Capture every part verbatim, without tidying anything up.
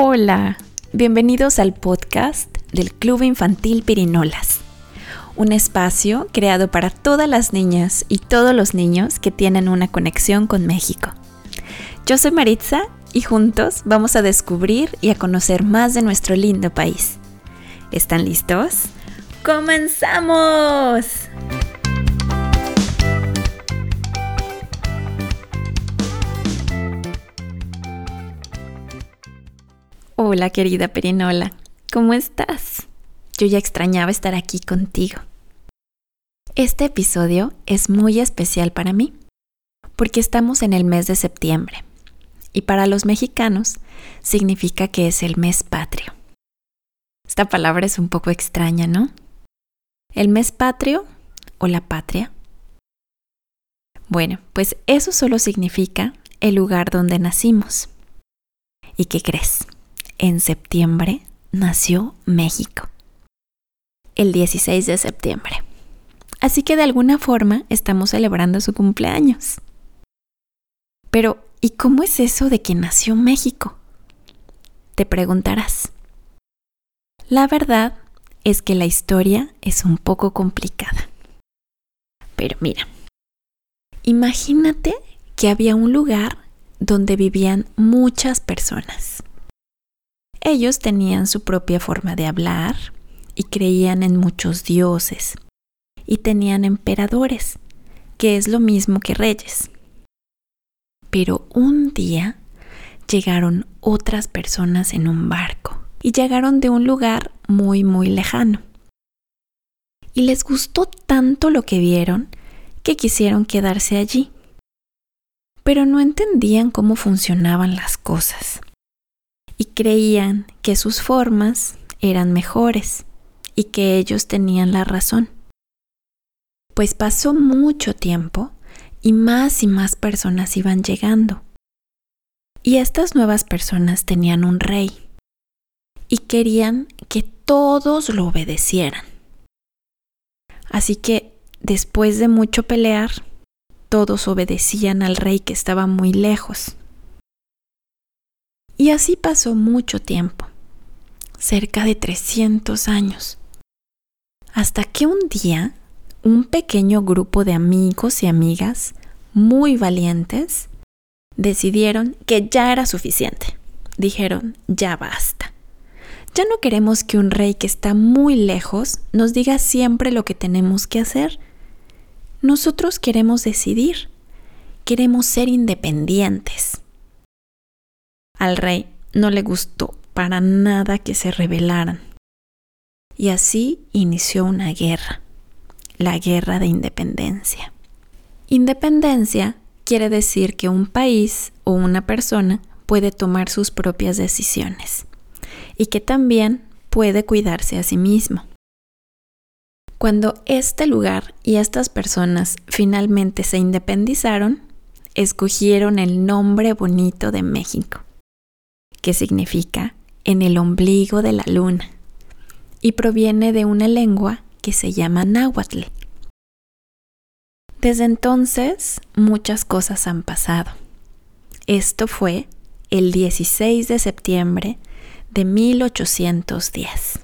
Hola, bienvenidos al podcast del Club Infantil Pirinolas, un espacio creado para todas las niñas y todos los niños que tienen una conexión con México. Yo soy Maritza y juntos vamos a descubrir y a conocer más de nuestro lindo país. ¿Están listos? ¡Comenzamos! Hola querida Pirinola, ¿cómo estás? Yo ya extrañaba estar aquí contigo. Este episodio es muy especial para mí, porque estamos en el mes de septiembre, y para los mexicanos significa que es el mes patrio. Esta palabra es un poco extraña, ¿no? ¿El mes patrio o la patria? Bueno, pues eso solo significa el lugar donde nacimos. ¿Y qué crees? En septiembre nació México, el dieciséis de septiembre. Así que de alguna forma estamos celebrando su cumpleaños. Pero, ¿y cómo es eso de que nació México? Te preguntarás. La verdad es que la historia es un poco complicada. Pero mira, imagínate que había un lugar donde vivían muchas personas. Ellos tenían su propia forma de hablar y creían en muchos dioses y tenían emperadores, que es lo mismo que reyes. Pero un día llegaron otras personas en un barco y llegaron de un lugar muy muy lejano. Y les gustó tanto lo que vieron que quisieron quedarse allí. Pero no entendían cómo funcionaban las cosas. Y creían que sus formas eran mejores y que ellos tenían la razón. Pues pasó mucho tiempo y más y más personas iban llegando. Y estas nuevas personas tenían un rey y querían que todos lo obedecieran. Así que después de mucho pelear, todos obedecían al rey que estaba muy lejos. Y así pasó mucho tiempo, cerca de trescientos años, hasta que un día un pequeño grupo de amigos y amigas muy valientes decidieron que ya era suficiente. Dijeron, ya basta. Ya no queremos que un rey que está muy lejos nos diga siempre lo que tenemos que hacer. Nosotros queremos decidir, queremos ser independientes. Al rey no le gustó para nada que se rebelaran. Y así inició una guerra, la Guerra de Independencia. Independencia quiere decir que un país o una persona puede tomar sus propias decisiones y que también puede cuidarse a sí mismo. Cuando este lugar y estas personas finalmente se independizaron, escogieron el nombre bonito de México, que significa en el ombligo de la luna, y proviene de una lengua que se llama náhuatl. Desde entonces, muchas cosas han pasado. Esto fue el dieciséis de septiembre de mil ochocientos diez.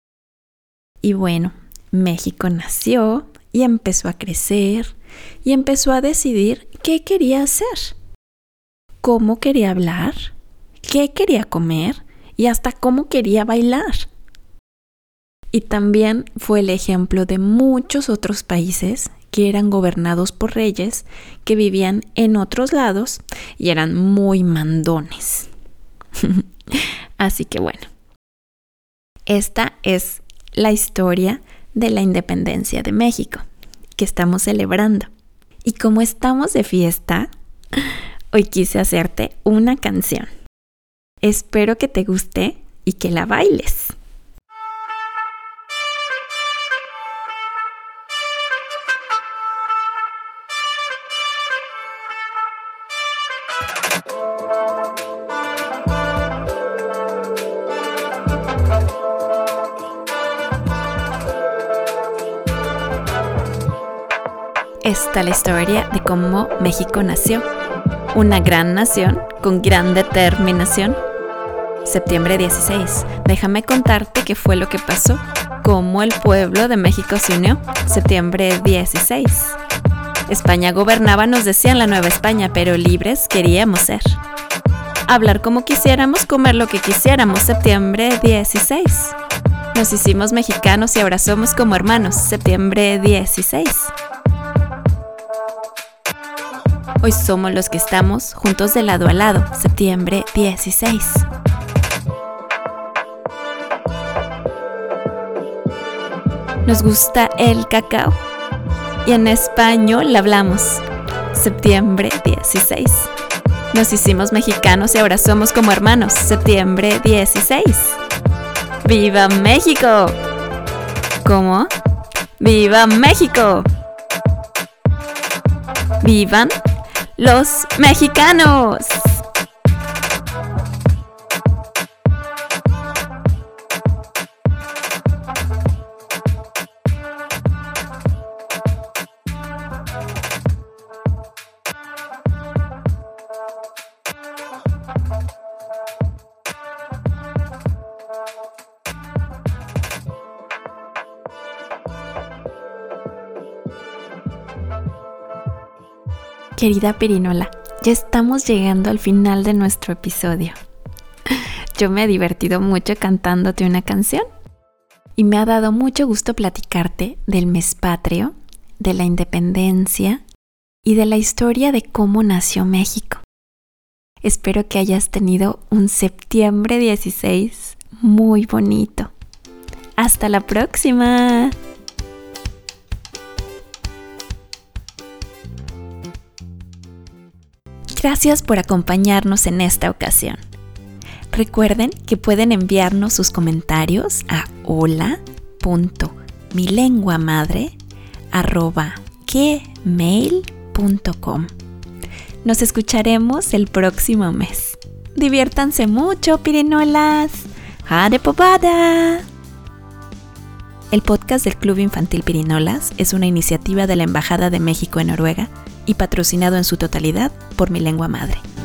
Y bueno, México nació y empezó a crecer y empezó a decidir qué quería hacer, cómo quería hablar, qué quería comer y hasta cómo quería bailar. Y también fue el ejemplo de muchos otros países que eran gobernados por reyes que vivían en otros lados y eran muy mandones. Así que bueno, esta es la historia de la independencia de México que estamos celebrando. Y como estamos de fiesta, hoy quise hacerte una canción. Espero que te guste y que la bailes. Esta es la historia de cómo México nació. Una gran nación con gran determinación. Septiembre dieciséis. Déjame contarte qué fue lo que pasó. Cómo el pueblo de México se unió. Septiembre dieciséis. España gobernaba, nos decían la Nueva España, pero libres queríamos ser. Hablar como quisiéramos, comer lo que quisiéramos. Septiembre dieciséis. Nos hicimos mexicanos y ahora somos como hermanos. Septiembre dieciséis. Hoy somos los que estamos juntos de lado a lado. Septiembre dieciséis. Nos gusta el cacao y en español hablamos. Septiembre dieciséis. Nos hicimos mexicanos y ahora somos como hermanos. Septiembre dieciséis. ¡Viva México! ¿Cómo? ¡Viva México! ¡Vivan los mexicanos! Querida Pirinola, ya estamos llegando al final de nuestro episodio. Yo me he divertido mucho cantándote una canción y me ha dado mucho gusto platicarte del mes patrio, de la independencia y de la historia de cómo nació México. Espero que hayas tenido un septiembre dieciséis muy bonito. ¡Hasta la próxima! Gracias por acompañarnos en esta ocasión. Recuerden que pueden enviarnos sus comentarios a hola punto milenguamadre arroba gmail punto com. Nos escucharemos el próximo mes. Diviértanse mucho, pirinolas. ¡Hade popada! El podcast del Club Infantil Pirinolas es una iniciativa de la Embajada de México en Noruega y patrocinado en su totalidad por Mi Lengua Madre.